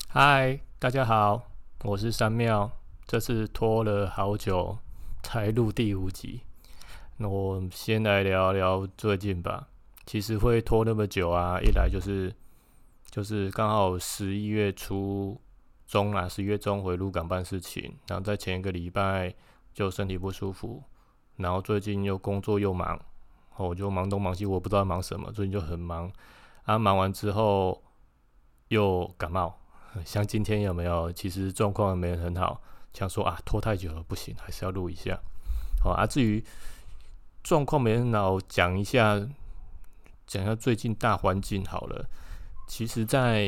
嗨，大家好，我是山庙。这次拖了好久才录第5集，那我先来聊聊最近吧。其实会拖那么久啊，一来就是刚好11月初中啦11月中回鹿港办事情，然后在前一个礼拜就身体不舒服，然后最近又工作又忙，我就忙东忙西，我不知道忙什么，最近就很忙。忙完之后又感冒，像今天有没有？其实状况没很好，想说拖太久了不行，还是要录一下。至于状况没很好，讲一下最近大环境好了。其实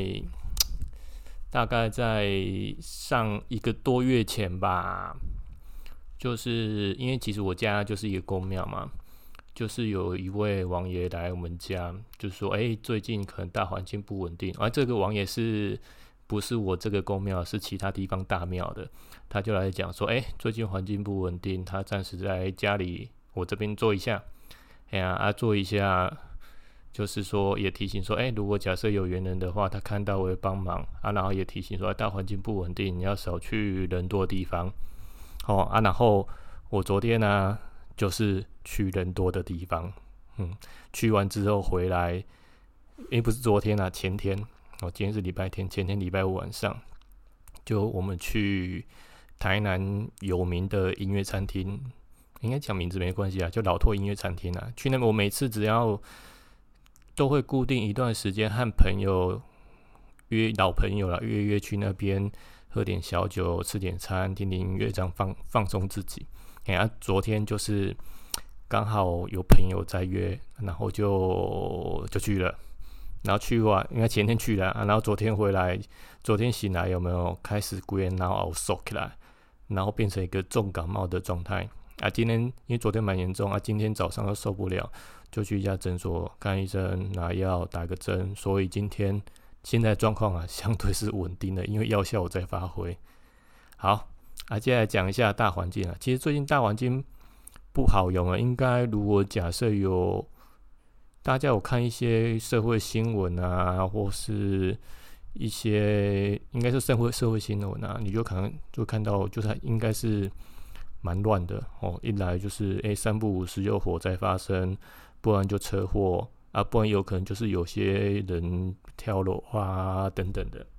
大概在上一个多月前吧，就是因为其实我家就是一个公庙嘛，就是有一位王爷来我们家，就说：最近可能大环境不稳定。这个王爷不是我这个公庙，是其他地方大庙的，他就来讲说：最近环境不稳定，他暂时在家里我这边做一下，做一下。就是说，也提醒说，如果假设有缘人的话，他看到我会帮忙然后也提醒说，大环境不稳定，你要少去人多的地方。然后我昨天呢，就是去人多的地方，去完之后回来，不是昨天前天，今天是礼拜天，前天礼拜五晚上，就我们去台南有名的音乐餐厅，应该讲名字没关系就老拓音乐餐厅去那边，我每次只要都会固定一段时间和朋友老朋友啦，约去那边喝点小酒，吃点餐，听听音乐，这样放松自己。昨天就是刚好有朋友在约，然后就去了。然后去完，应该前天去了然后昨天回来，昨天醒来有没有开始规然后瘦起来，然后变成一个重感冒的状态今天因为昨天蛮严重今天早上又受不了，就去一家诊所看医生，拿药打个针，所以现在状况相对是稳定的，因为药效有在发挥。好接下来讲一下大环境其实最近大环境不好有没有？应该如果假设大家有看一些社会新闻或是一些应该是社会新闻你就可能就看到，就是应该是蛮乱的一来就是三不五时有火灾发生，不然就车祸不然有可能就是有些人跳楼等等的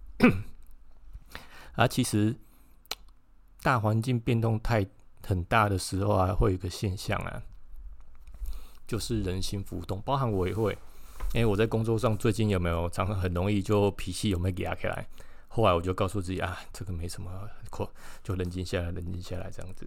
其实大环境变动很大的时候会有一个现象就是人心浮动，包含我也会。我在工作上最近有没有常常很容易就脾气有没有压起来？后来我就告诉自己这个没什么，就冷静下来这样子。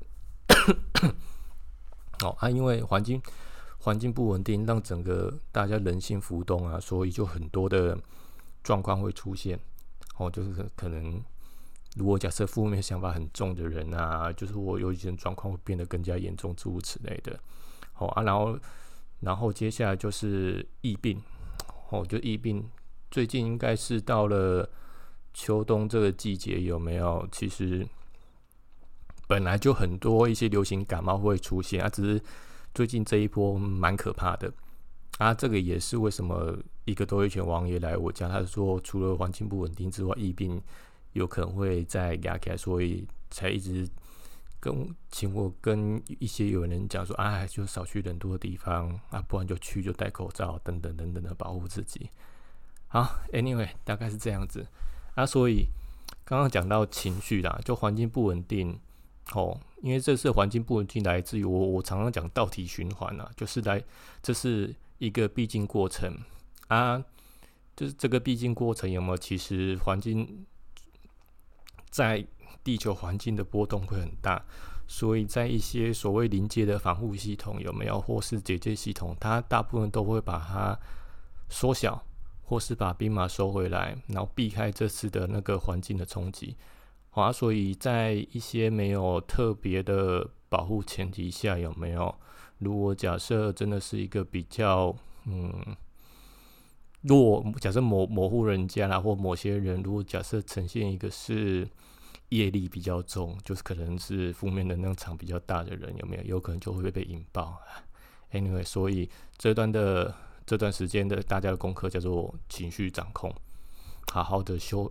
因为环境不稳定，让整个大家人心浮动所以就很多的状况会出现。就是可能如果假设负面想法很重的人就是我有一些状况会变得更加严重，诸如此类的。然后接下来就是疫病，就疫病，最近应该是到了秋冬这个季节，有没有？其实本来就很多一些流行感冒会出现只是最近这一波蛮可怕的这个也是为什么一个多月前王爷来我家，他说除了环境不稳定之外，疫病有可能会再压起来，所以才一直请我跟一些有人讲说就少去人多的地方不然就戴口罩等等等等的保护自己。好 ，anyway 大概是这样子所以刚刚讲到情绪就环境不稳定因为这次环境不稳定来自于我常常讲倒体循环就是这是一个必经过程就是这个必经过程有没有？其实环境在地球环境的波动会很大，所以在一些所谓临界的防护系统有没有，或是结界系统，它大部分都会把它缩小，或是把兵马收回来，然后避开这次的那个环境的冲击。所以在一些没有特别的保护前提下，有没有？如果假设真的是一个比较如果假设某户人家或某些人，如果假设呈现一个是业力比较重，就是可能是负面能量场比较大的人，有没有？有可能就会被引爆。Anyway， 所以这段时间的大家的功课叫做情绪掌控。 好好的修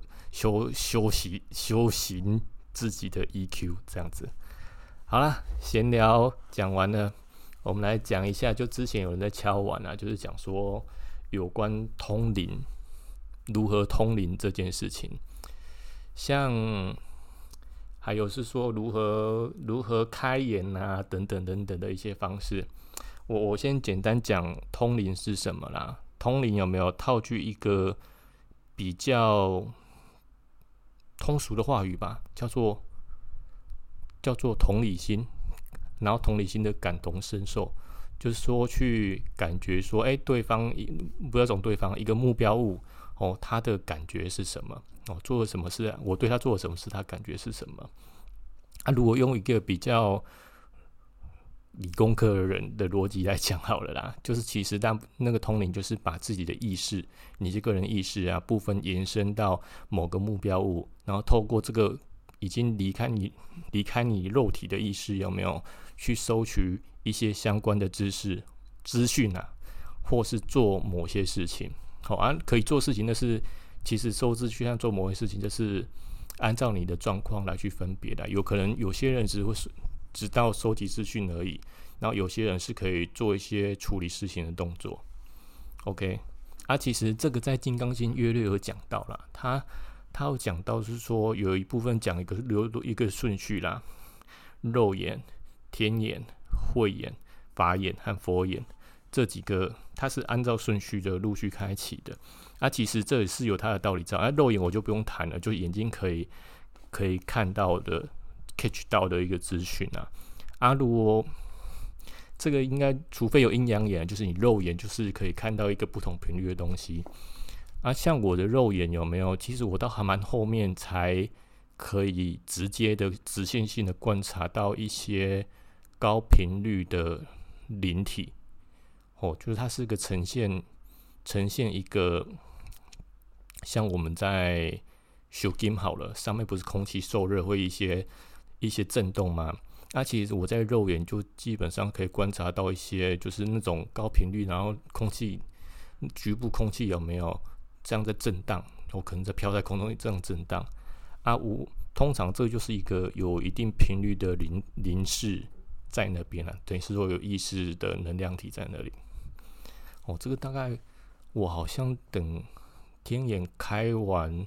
行自己的 EQ 这样子。好啦，闲聊讲完了，我们来讲一下，就之前有人在敲碗啊，就是讲说有关通灵，如何通灵这件事情，像还有是说如何开眼啊，等等等等的一些方式。我先简单讲通灵是什么啦。通灵有没有套句一个比较通俗的话语吧，叫做同理心，然后同理心的感同身受，就是说去感觉说，对方不要讲对方一个目标物他的感觉是什么做了什么事我对他做了什么事，他感觉是什么如果用一个比较理工科的人的逻辑来讲好了啦，就是其实那个通灵就是把自己的意识，你这个人意识部分延伸到某个目标物，然后透过这个已经离开你肉体的意识，有没有去收取一些相关的资讯或是做某些事情可以做事情，但是其实收资讯和做某些事情，就是按照你的状况来去分别的。有可能有些人只会直到收集资讯而已，然后有些人是可以做一些处理事情的动作。OK， 其实这个在《金刚经》约略有讲到啦，他有讲到是说有一部分讲一个顺序啦，肉眼、天眼、慧眼、法眼和佛眼这几个，它是按照顺序的陆续开启的。其实这也是有它的道理在。肉眼我就不用谈了，就眼睛可以看到的 catch 到的一个资讯如果这个应该除非有阴阳眼，就是你肉眼就是可以看到一个不同频率的东西像我的肉眼有没有，其实我到还蛮后面才可以直接的直线性的观察到一些高频率的灵体就是它是个呈现一个像我们在修金好了，上面不是空气受热会一些震动吗？其实我在肉眼就基本上可以观察到一些就是那种高频率，然后局部空气有没有这样在震荡，可能在飘在空中这样震荡通常这就是一个有一定频率的灵视在那边等于是说有意识的能量体在那里这个大概我好像等天眼开完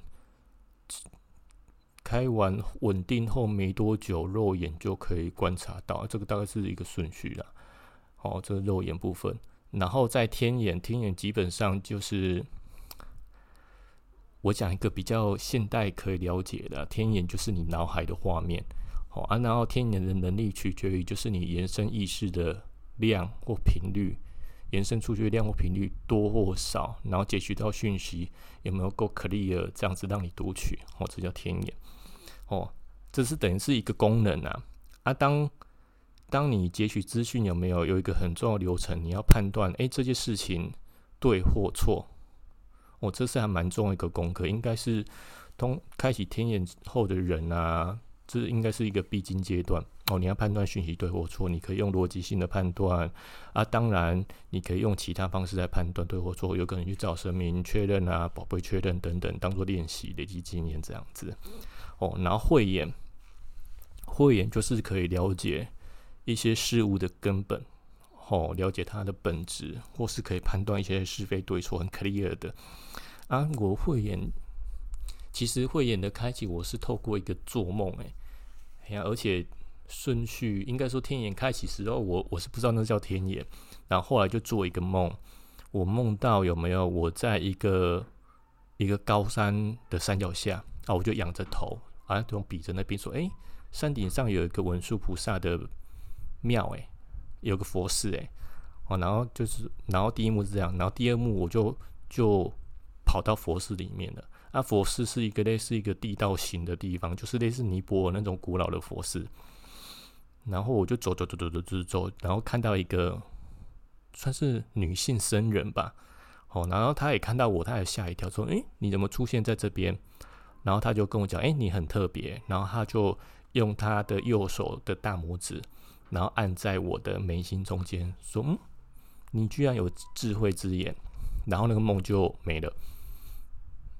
稳定后没多久，肉眼就可以观察到，这个大概是一个顺序啦这个肉眼部分。然后在天眼基本上就是我讲一个比较现代可以了解的，天眼就是你脑海的画面然后天眼的能力取决于就是你延伸意识的量或频率，延伸出去的量或频率多或少，然后截取到讯息有没有够 clear， 这样子让你读取这叫天眼这是等于是一个功能当你截取资讯有没有一个很重要的流程，你要判断这件事情对或错这是还蛮重要一个功课，应该是开启天眼后的人这应该是一个必经阶段你要判断讯息对或错，你可以用逻辑性的判断当然你可以用其他方式来判断对或错，有可能去找神明确认宝贝确认等等，当做练习累积经验这样子然后慧眼就是可以了解一些事物的根本了解它的本质，或是可以判断一些是非对错很 clear 的我慧眼其实慧眼的开启我是透过一个做梦而且顺序应该说天眼开启时候我是不知道那叫天眼，然后后来就做一个梦，我梦到有没有我在一个高山的山脚下我就仰着头用笔在那边说山顶上有一个文殊菩萨的庙有个佛寺然后第一幕是这样，然后第二幕我就跑到佛寺里面了佛寺是一个类似一个地道型的地方，就是类似尼泊尔那种古老的佛寺，然后我就走，然后看到一个算是女性僧人吧然后她也看到我，她也吓一跳说你怎么出现在这边，然后她就跟我讲你很特别，然后她就用她的右手的大拇指然后按在我的眉心中间说你居然有智慧之眼，然后那个梦就没了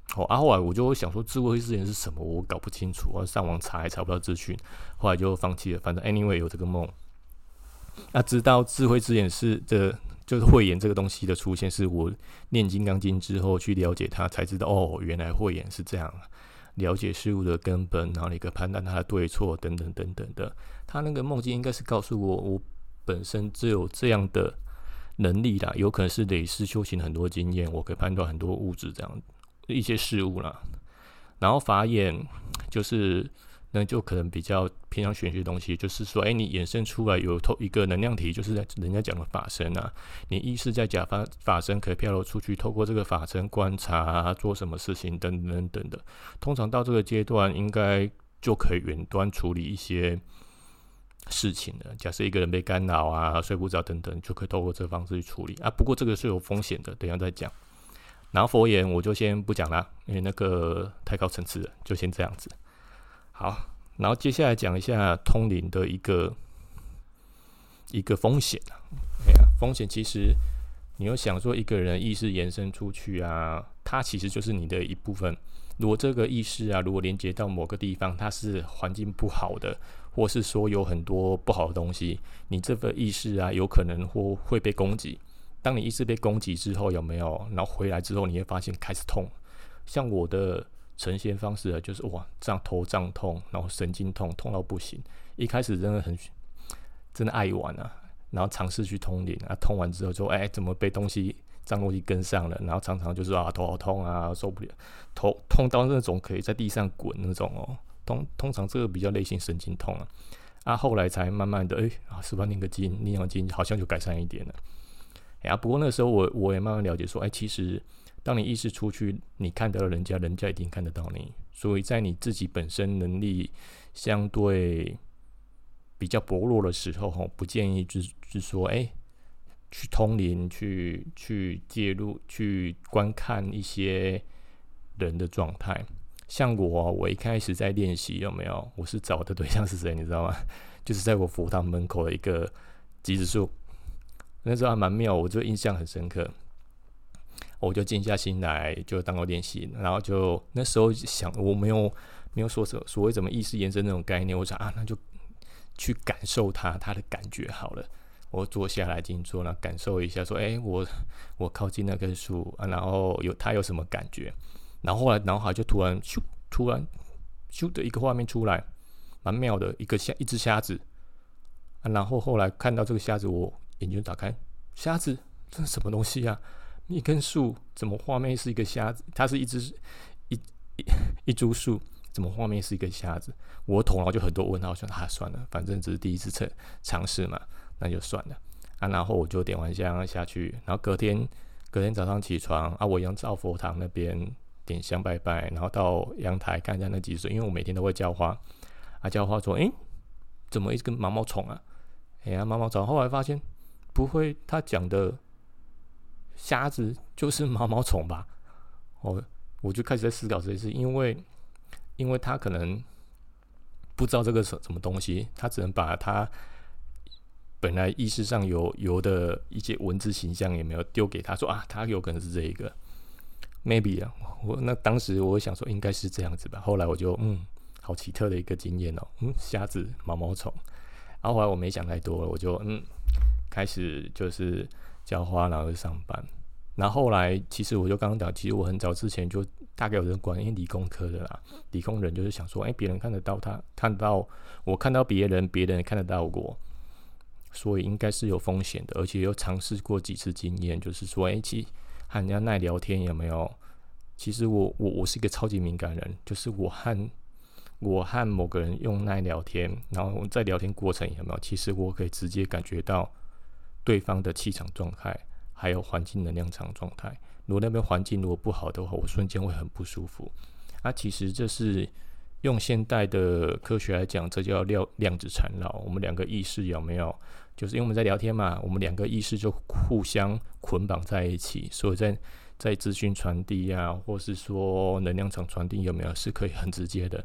后来我就想说智慧之眼是什么，我搞不清楚，我上网查也查不到资讯，后来就放弃了。反正 anyway 有这个梦，知道智慧之眼就是慧眼这个东西的出现，是我念金刚经之后去了解它，才知道原来慧眼是这样，了解事物的根本，然后你可以判断它的对错等等等等的。他那个梦境应该是告诉我本身只有这样的能力啦，有可能是累世修行很多经验，我可以判断很多物质这样一些事物啦。然后法眼就是那就可能比较偏向玄学的东西，就是说，你衍生出来有一个能量体，就是人家讲的法身啊，你意识在假法身可以飘流出去，透过这个法身观察做什么事情等等等的。通常到这个阶段，应该就可以远端处理一些事情了。假设一个人被干扰啊、睡不着等等，就可以透过这个方式去处理啊。不过这个是有风险的，等一下再讲。然后佛言我就先不讲啦，因为那个太高层次了，就先这样子。好，然后接下来讲一下通灵的一个风险风险其实你有想说一个人意识延伸出去啊，它其实就是你的一部分。如果这个意识啊，如果连接到某个地方，它是环境不好的，或是说有很多不好的东西，你这个意识啊，有可能会被攻击。当你意识被攻击之后，有没有？然后回来之后，你会发现开始痛。像我的呈现方式就是头胀痛，然后神经痛到不行。一开始真的爱玩啊，然后尝试去通灵啊，通完之后就怎么被脏东西跟上了，然后常常就是头好痛啊，受不了，头痛到那种可以在地上滚那种通常这个比较类型神经痛后来才慢慢的是吧，念个经好像就改善一点了。不过那时候我也慢慢了解说，其实当你意识出去，你看到了人家一定看得到你，所以在你自己本身能力相对比较薄弱的时候，不建议就是说，去通灵，去介入，去观看一些人的状态。像我一开始在练习，有没有？我是找的对象是谁，你知道吗？就是在我佛堂门口的一个橘子树。那时候还蛮妙，我就印象很深刻。我就静下心来，就当我练习，然后就那时候想，我没有说所谓怎么意识延伸那种概念，我想那就去感受它的感觉好了。我坐下来静坐，然后感受一下，说，我靠近那棵树然后它有什么感觉？然后后来脑海就突然咻的一个画面出来，蛮妙的，一只虾子然后后来看到这个虾子，我眼睛打开，虾子这是什么东西啊？一根树怎么画面是一个虾子？它是一株树，怎么画面是一个虾子？我头脑就很多问号，算了，反正只是第一次尝试嘛，那就算了然后我就点完香下去，然后隔天早上起床我一样照佛堂那边点香拜拜，然后到阳台看一下那几水，因为我每天都会浇花浇花说，怎么一根毛毛虫毛毛虫，后来发现不会，他讲的虾子就是毛毛虫吧？我就开始在思考这件事，因为他可能不知道这个什么东西，他只能把他本来意识上有的一些文字形象也没有丢给他，说他有可能是这一个 maybe 那当时我想说应该是这样子吧，后来我就好奇特的一个经验虾子毛毛虫。然后后来我没想太多了，我就开始就是浇花，然后就上班。然后后来其实我就刚刚讲，其实我很早之前就大概有人管，因为理工科的啦，理工人就是想说，别人看得到他，看得到我，看到别人看得到我，所以应该是有风险的，而且又尝试过几次经验，就是说，其实和人家耐聊天有没有？其实我是一个超级敏感人，就是我和某个人用耐聊天，然后在聊天过程有没有？其实我可以直接感觉到对方的气场状态，还有环境能量场状态。如果那边环境如果不好的话，我瞬间会很不舒服。其实这是用现代的科学来讲，这叫量子缠绕。我们两个意识有没有？就是因为我们在聊天嘛，我们两个意识就互相捆绑在一起，所以在资讯传递或是说能量场传递有没有是可以很直接的。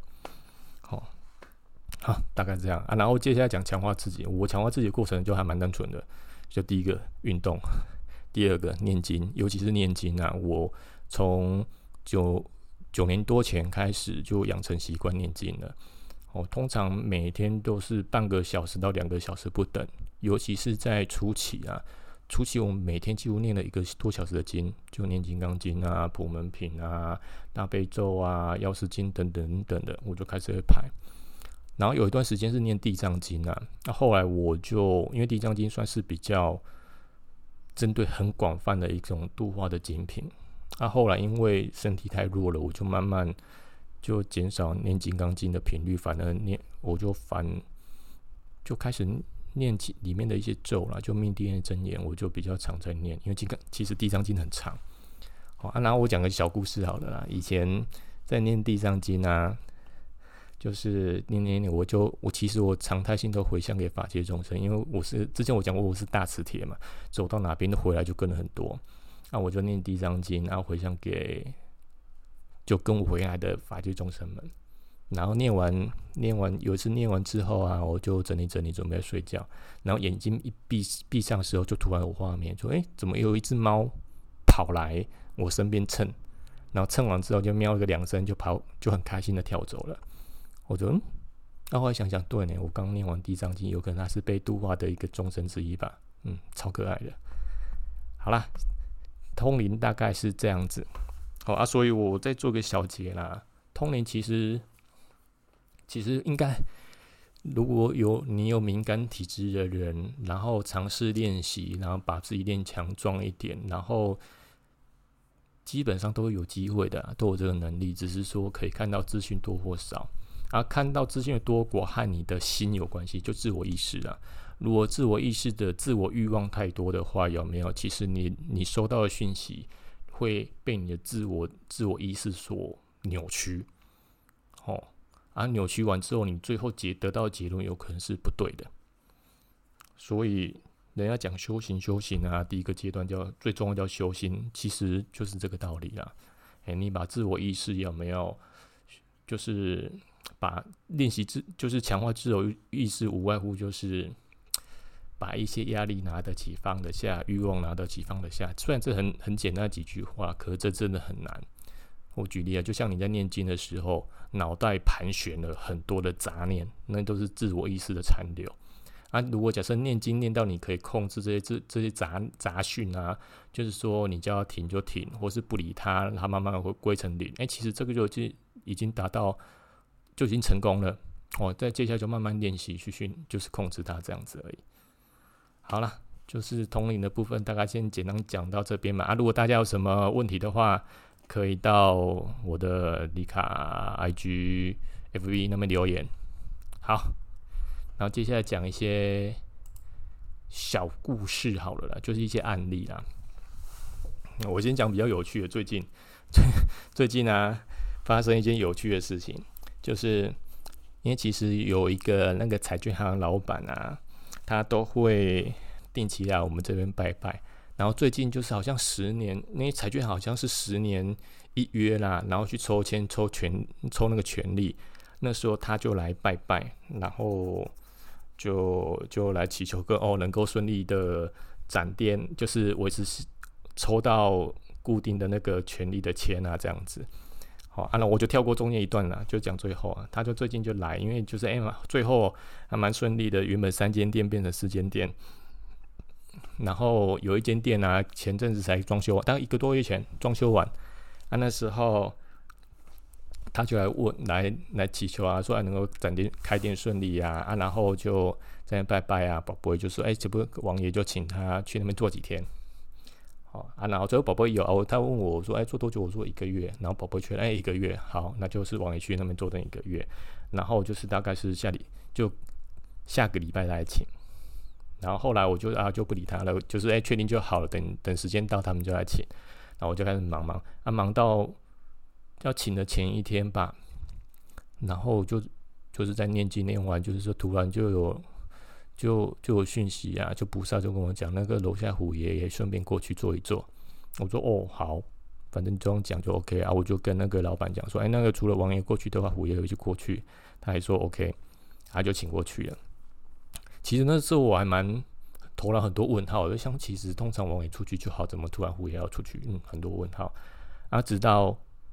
好，大概这样然后接下来讲强化自己。我强化自己的过程就还蛮单纯的，就第一个运动，第二个念经，尤其是念经我从 9年多前开始就养成习惯念经了。通常每天都是半个小时到2个小时不等，尤其是在初期我们每天几乎念了1个多小时的经，就念金刚经啊、普门品啊、大悲咒啊、药师经等等等的，我就开始会排。然后有一段时间是念地藏经那后来我就因为地藏经算是比较针对很广泛的一种度化的精品，后来因为身体太弱了，我就慢慢就减少念金刚经的频率，反而就开始念里面的一些咒啦，就密定的真言，我就比较常在念，因为其实地藏经很长。然后我讲个小故事好了啦。以前在念地藏经就是念，我其实我常态性都回向给法界众生，因为之前我讲过我是大磁铁嘛，走到哪边都回来就跟了很多。我就念地藏经，然后回向给就跟我回来的法界众生们。然后念完，有一次念完之后我就整理整理，准备睡觉。然后眼睛一闭上的时候，就突然有画面，说怎么有一只猫跑来我身边蹭，然后蹭完之后就喵了个2声，就很开心的跳走了。我就后来想想，对呢，我刚念完地藏经，有可能他是被度化的一个众生之一吧。超可爱的。好啦，通灵大概是这样子。所以我再做个小结啦。通灵其实应该，如果你有敏感体质的人，然后尝试练习，然后把自己练强壮一点，然后基本上都有机会的都有这个能力，只是说可以看到资讯多或少。看到资讯的多寡和你的心有关系，就自我意识如果自我意识的自我欲望太多的话，有没有？其实你收到的讯息会被你的自我意识所扭曲，扭曲完之后，你最后得到的结论有可能是不对的。所以人家讲修行第一个阶段最重要叫修心，其实就是这个道理啦。你把自我意识有没有，就是把练习就是强化自我意识，无外乎就是把一些压力拿得起放得下，欲望拿得起放得下。虽然这很简单的几句话，可是这真的很难。我举例就像你在念经的时候，脑袋盘旋了很多的杂念，那都是自我意识的残留。如果假设念经念到你可以控制这些杂讯就是说你叫它停就停，或是不理它，它慢慢会归成零。其实这个就已经达到，就已经成功了。再接下来就慢慢练习去就是控制它这样子而已。好啦，就是通灵的部分大概先简单讲到这边嘛。如果大家有什么问题的话，可以到我的李卡 IG、FB 那边留言。好，然后接下来讲一些小故事好了啦，就是一些案例啦。我先讲比较有趣的，最近发生一件有趣的事情，就是因为其实有一个那个彩券行老板他都会定期来我们这边拜拜。然后最近就是好像10年，因为彩券好像是10年一约啦，然后去抽签抽那个权利。那时候他就来拜拜，然后就来祈求能够顺利的展店，就是维持抽到固定的那个权利的签这样子。那我就跳过中间一段啦，就讲最后他就最近就来，因为就是最后还蛮顺利的，原本3间店变成4间店。然后有一间店前阵子才装修完，大概1个多月前装修完那时候他就来祈求说能够展店开店顺利然后就在那拜拜宝贝就说这不王爷就请他去那边做几天。然后最后宝贝有他问我说做多久？我说1个月。然后宝贝确认1个月，好，那就是王爷去那边做等1个月。然后就是大概是下个礼拜来请。然后后来我就不理他了，就是确定就好了，等时间到他们就来请。然后我就开始忙到要请的前一天吧，然后就是在念经念完，就是说突然就有讯息就菩萨就跟我讲，那个楼下虎爷也顺便过去坐一坐。我说好，反正这样讲就 OK 我就跟那个老板讲说那个除了王爷过去的话，虎爷也就过去。他还说 OK， 他就请过去了。其实那时候我还蛮投了很多问号，就像其实通常王爷出去就好，怎么突然虎爷要出去？很多问号。直到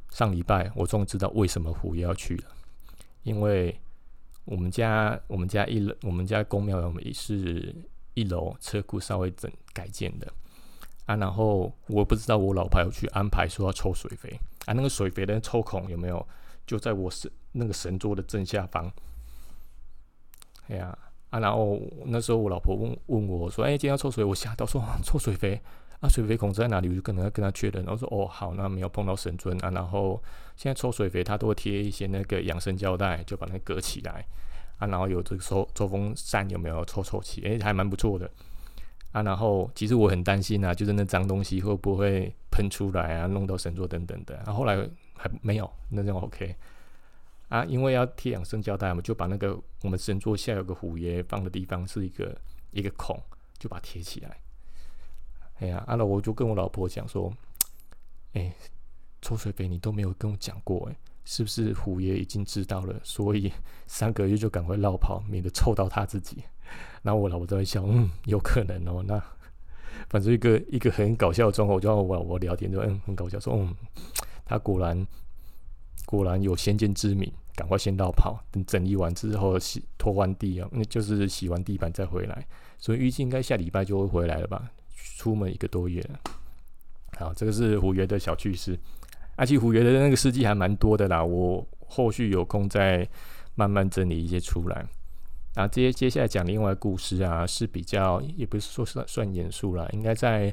上礼拜我终于知道为什么虎爷要去了，因为我们家公庙是一楼车库稍微改建的啊，然后我不知道我老婆有去安排说要抽水肥啊，那个水肥的抽孔有没有就在我那个神桌的正下方，哎呀啊，然后那时候我老婆问我说，今天要抽水，我吓到说抽水肥。水肥孔在哪里？我就跟他确认，然后说好，那没有碰到神尊啊。然后现在抽水肥，他都会贴一些那个养生胶带，就把那个隔起来啊。然后有这个抽风扇有没有抽气？还蛮不错的啊。然后其实我很担心啊，就是那脏东西会不会喷出来啊，弄到神座等等的。后来还没有，那这样 OK 啊。因为要贴养生胶带，我们就把那个我们神座下有个虎爷放的地方是一个孔，就把它贴起来。那我就跟我老婆讲说，抽水肥你都没有跟我讲过，是不是虎爷已经知道了，所以3个月就赶快绕跑，免得臭到他自己。然后我老婆都在笑，有可能哦。那反正一个很搞笑的状况，我就跟我老婆聊天，就很搞笑，说他果然有先见之明，赶快先绕跑，等整理完之后拖完地那就是洗完地板再回来，所以预计应该下礼拜就会回来了吧。出门1个多月了。好，这个是虎爷的小趣事。其实虎爷的那个事迹还蛮多的啦，我后续有空再慢慢整理一些出来。接下来讲另外的故事啊，是比较也不是说算严肃啦，应该在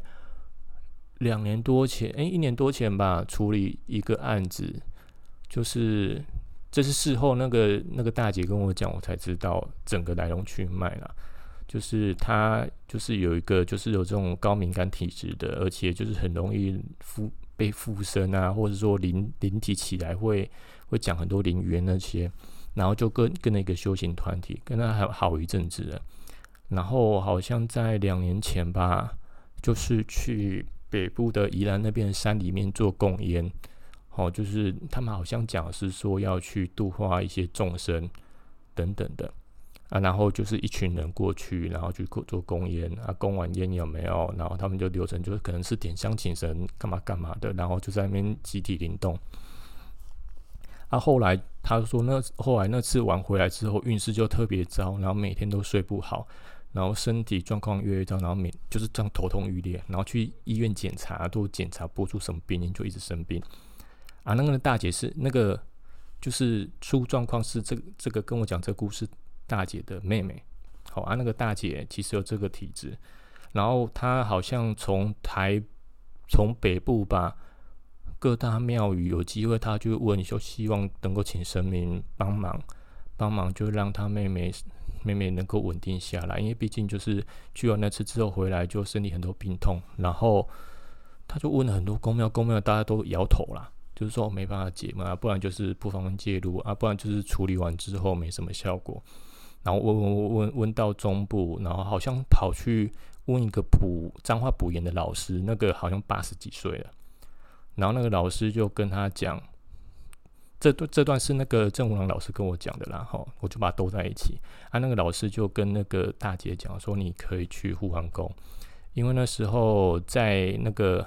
1年多前吧，处理一个案子，就是这是事后那个大姐跟我讲，我才知道整个来龙去脉啦。就是他就是有一个就是有这种高敏感体质的，而且就是很容易被附身啊，或者说灵体起来会讲很多灵语那些，然后就跟了一个修行团体，跟他还好一阵子了。然后好像在2年前吧，就是去北部的宜兰那边的山里面做供烟，就是他们好像讲是说要去度化一些众生等等的。然后就是一群人过去，然后去做供烟供完烟有没有？然后他们就流程就是可能是点香请神干嘛干嘛的，然后就在那边集体灵动。后来他说后来那次玩回来之后，运势就特别糟，然后每天都睡不好，然后身体状况越来越糟，然后就是这样头痛欲裂，然后去医院检查，都检查不出什么病因，就一直生病。那个大姐是那个就是出状况是这个跟我讲这个故事大姐的妹妹，那个大姐其实有这个体质，然后她好像从北部吧，各大庙宇有机会，她就问，就希望能够请神明帮忙，就让她妹妹能够稳定下来，因为毕竟就是去完那次之后回来就身体很多病痛，然后她就问了很多宫庙大家都摇头啦，就是说没办法解嘛，不然就是不方便介入不然就是处理完之后没什么效果。然后问到中部，然后好像跑去问一个彰化补研的老师，那个好像80几岁了。然后那个老师就跟他讲，这段是那个郑武郎老师跟我讲的啦，我就把它兜在一起。那个老师就跟那个大姐讲说，你可以去护安宫，因为那时候在那个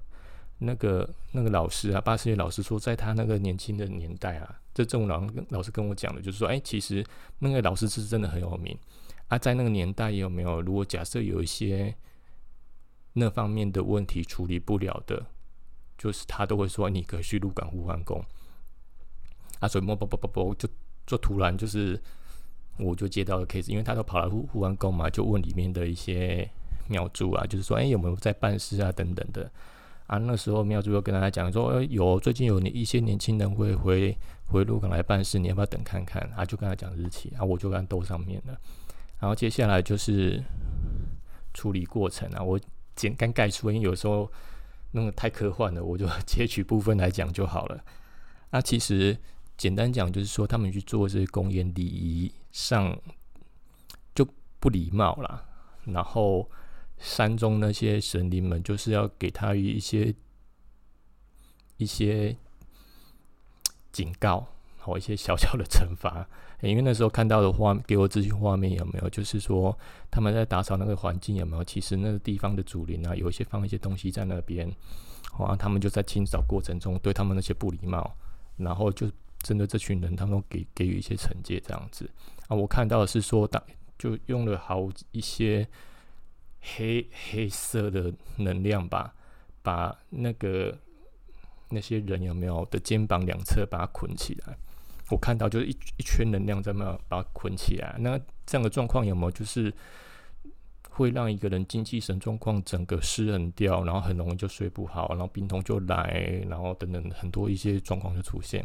老师80岁老师说，在他那个年轻的年代这郑武郎老师跟我讲的，就是说，其实那个老师是真的很有名在那个年代有没有，如果假设有一些那方面的问题处理不了的，就是他都会说你可以去鹿港护安宫所以就突然就是我就接到了 case， 因为他都跑来护安宫嘛，就问里面的一些庙祝就是说有没有在办事等等的那时候庙祝又跟他讲说，最近有一些年轻人会回鹿港来办事，你要不要等看看就跟他讲日期我就跟他兜上面了。然后接下来就是处理过程我简单概述，因为有时候那个太科幻了，我就截取部分来讲就好了。其实简单讲就是说，他们去做这些公宴礼仪上就不礼貌啦，然后山中那些神灵们就是要给他一些警告一些小小的惩罚。因为那时候看到的给我资讯画面有没有，就是说他们在打扫那个环境有没有，其实那个地方的主邻啊，有一些放一些东西在那边，他们就在清扫过程中对他们那些不礼貌，然后就针对这群人，他们都给予一些惩戒这样子。我看到的是说，就用了好一些黑色的能量吧，把那些人有没有的肩膀两侧把它捆起来。我看到就是一圈能量在那把它捆起来。那这样的状况有没有就是会让一个人精气神状况整个失衡掉，然后很容易就睡不好，然后病痛就来，然后等等很多一些状况就出现。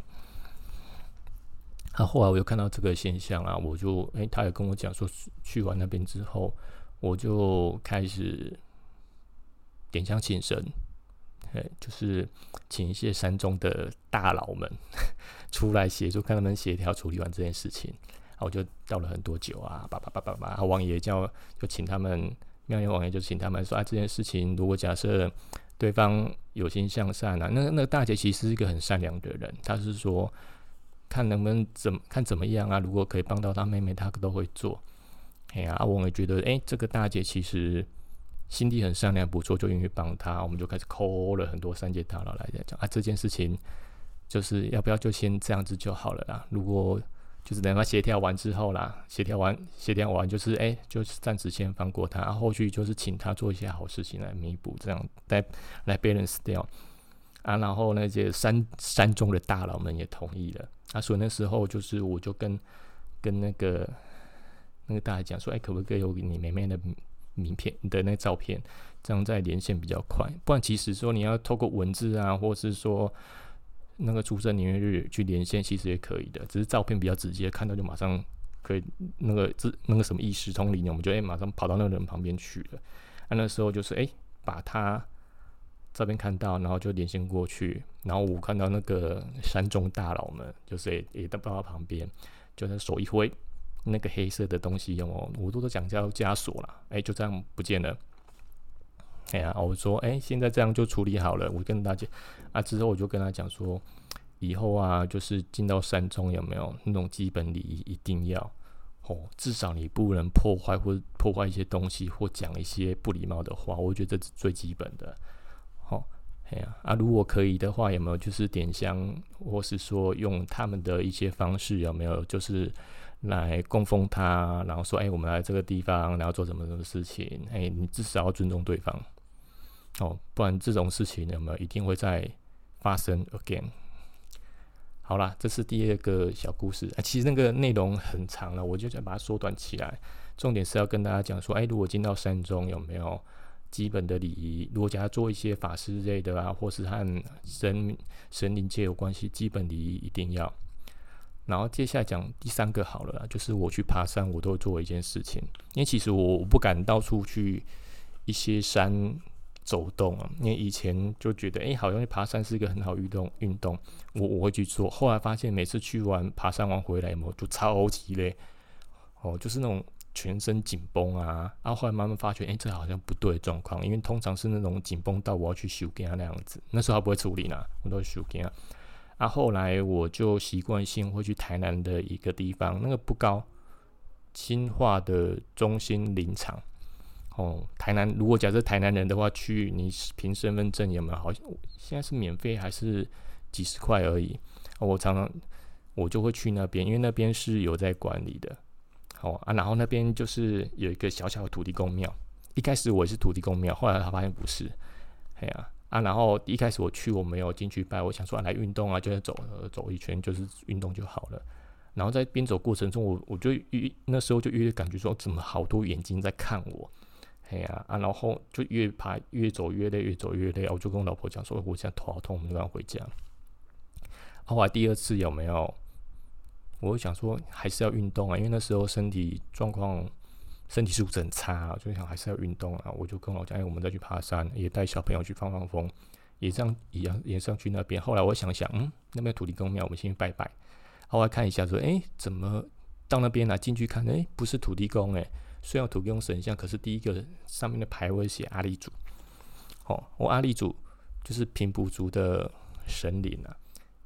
后来我又看到这个现象啊，我就他也跟我讲说，去完那边之后，我就开始点香请神，就是请一些山中的大佬们出来协助，看他们协调处理完这件事情。我就倒了很多酒啊，王爷就请他们，庙里王爷就请他们说这件事情如果假设对方有心向善啊，那个大姐其实是一个很善良的人，她是说看能不能怎么样啊，如果可以帮到她妹妹，她都会做。王爷觉得这个大姐其实心地很善良不错，就愿意帮她。我们就开始 call 了很多三界大佬来讲这件事情就是要不要就先这样子就好了啦，如果就是等他协调完之后啦，协调完就是就是暂时先放过他，后续就是请他做一些好事情来弥补，这样来 balance 掉然后那些山中的大佬们也同意了所以那时候就是我就跟那个大家讲说可不可以有你妹妹的名片的那照片，这样再连线比较快，不然其实说你要透过文字啊，或是说那个出生年月日去连线其实也可以的，只是照片比较直接，看到就马上可以那个什么意识通灵，我们就马上跑到那个人旁边去了那时候就是把他照片看到，然后就连线过去，然后我看到那个山中大佬们就是也到他旁边，就是手一挥，那个黑色的东西我都讲叫枷锁啦就这样不见了。我说现在这样就处理好了，我跟大家之后我就跟他讲说，以后就是进到山中有没有那种基本礼仪一定要至少你不能破坏一些东西，或讲一些不礼貌的话，我觉得这是最基本的如果可以的话，有没有就是点香，或是说用他们的一些方式，有没有就是来供奉他，然后说我们来这个地方，然后做什么事情你至少要尊重对方不然这种事情有没有一定会再发生 again。 好啦，这是第二个小故事其实那个内容很长了，我就想把它缩短起来，重点是要跟大家讲说如果进到山中有没有基本的礼仪，如果假如做一些法事之类的或是和神灵界有关系，基本礼仪一定要。然后接下来讲第三个好了就是我去爬山我都会做一件事情，因为其实我不敢到处去一些山走动因为以前就觉得好像爬山是一个很好运动，我会去做，后来发现每次去完爬山完回来就超级累就是那种全身紧绷后来慢慢发觉这好像不对的状况，因为通常是那种紧绷到我要去收惊那样子，那时候还不会处理我都会收惊后来我就习惯性会去台南的一个地方，那个不高，新化的中心林场台南，如果假设台南人的话，去你凭身份证有没有？好像现在是免费还是几十块而已。我常常我就会去那边，因为那边是有在管理的。然后那边就是有一个小小的土地公庙。一开始我也是土地公庙，后来他发现不是。然后一开始我去我没有进去拜，我想说来运动就是走一圈就是运动就好了。然后在边走过程中，我就那时候就越感觉说，怎么好多眼睛在看我。然后就越爬越走越累，越走越累我就跟我老婆讲说，我现在头好痛，我们就要回家。后来第二次有没有，我就想说还是要运动因为那时候身体状况身体素质很差就想还是要运动我就跟我讲我们再去爬山，也带小朋友去放放风，也这样也上去那边。后来我想那边土地公庙我们先去拜拜，后来看一下说怎么到那边进去看不是土地公虽然有土地公神像，可是第一个上面的牌位写阿力主阿力主就是平埔族的神灵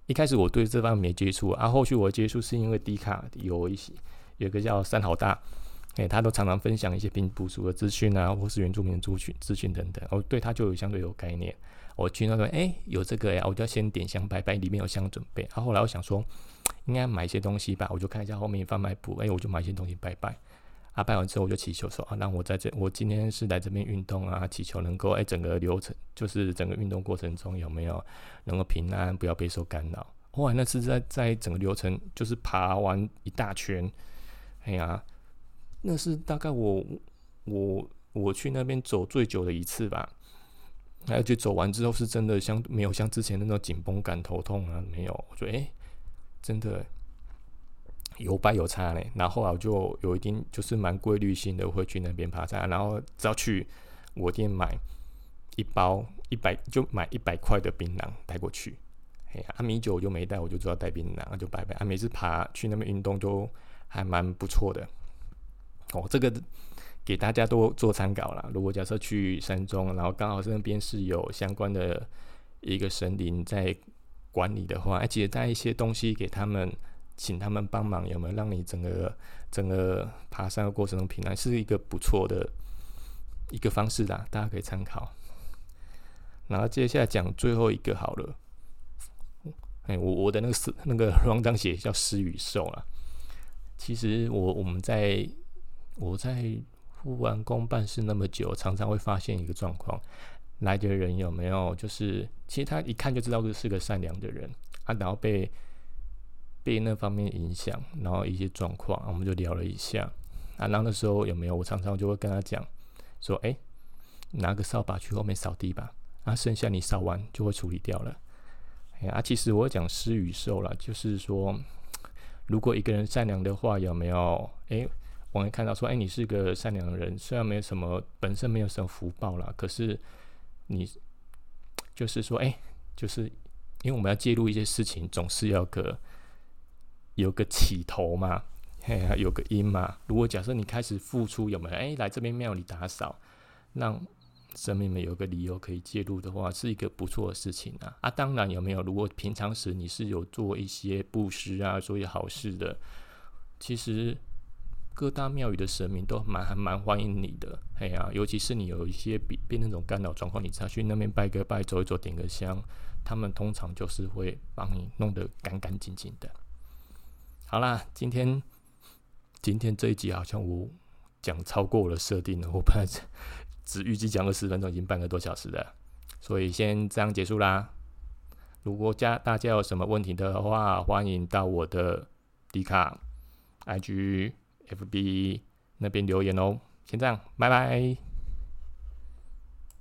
一开始我对这方面没接触啊，后续我的接触是因为迪卡有一个叫三好大，他都常常分享一些兵部署的资讯啊，或是原住民的资讯等等，我对他就相对有概念。我去那个有这个我就要先点香拜拜，里面有香准备。后来我想说应该买一些东西吧，我就看一下后面贩卖部，我就买一些东西拜拜。拜完之后我就祈求说让我今天是来这边运动啊，祈求能够整个流程就是整个运动过程中有没有能够平安，不要备受干扰。后来那次在整个流程就是爬完一大圈，那是大概我去那边走最久的一次吧。而且走完之后是真的没有像之前那种紧绷感、头痛啊，没有。我觉得真的有摆有差呢。然后后来我就有一定就是蛮规律性的会去那边爬山，然后只要去我店买一包就买100块的槟榔带过去。米酒我就没带，我就知道带槟榔就拜拜。每次去那边运动都还蛮不错的。这个给大家都做参考啦。如果假设去山中，然后刚好那边是有相关的一个神灵在管理的话，其实带一些东西给他们，请他们帮忙，有没有让你整个爬山的过程中平安，是一个不错的一个方式啦，大家可以参考。然后接下来讲最后一个好了。我的那个 rundown 写叫诗与兽啦。其实我在护完工办事那么久，常常会发现一个状况，来的人有没有就是其实他一看就知道是个善良的人然后被那方面影响，然后一些状况我们就聊了一下然后那时候有没有我常常就会跟他讲说拿个扫把去后面扫地吧，剩下你扫完就会处理掉了。其实我讲施与受啦，就是说如果一个人善良的话，有没有我会看到说你是个善良的人，虽然本身没有什么福报啦，可是你就是说就是因为我们要介入一些事情，总是要有个起头嘛，有个因嘛。如果假设你开始付出，有没有来这边庙里打扫，让生命们有个理由可以介入的话，是一个不错的事情当然有没有，如果平常时你是有做一些布施做一些好事的，其实各大庙宇的神明都还蛮欢迎你的。尤其是你有一些被那种干扰状况，你才去那边拜个拜，走一走，点个香，他们通常就是会帮你弄得干干净净的。好啦，今天这一集好像我讲超过我的设定了，我本来只预计讲20分钟，已经半个多小时了，所以先这样结束啦。如果大家有什么问题的话，欢迎到我的迪卡、IG、FB 那边留言哦。先这样，拜拜。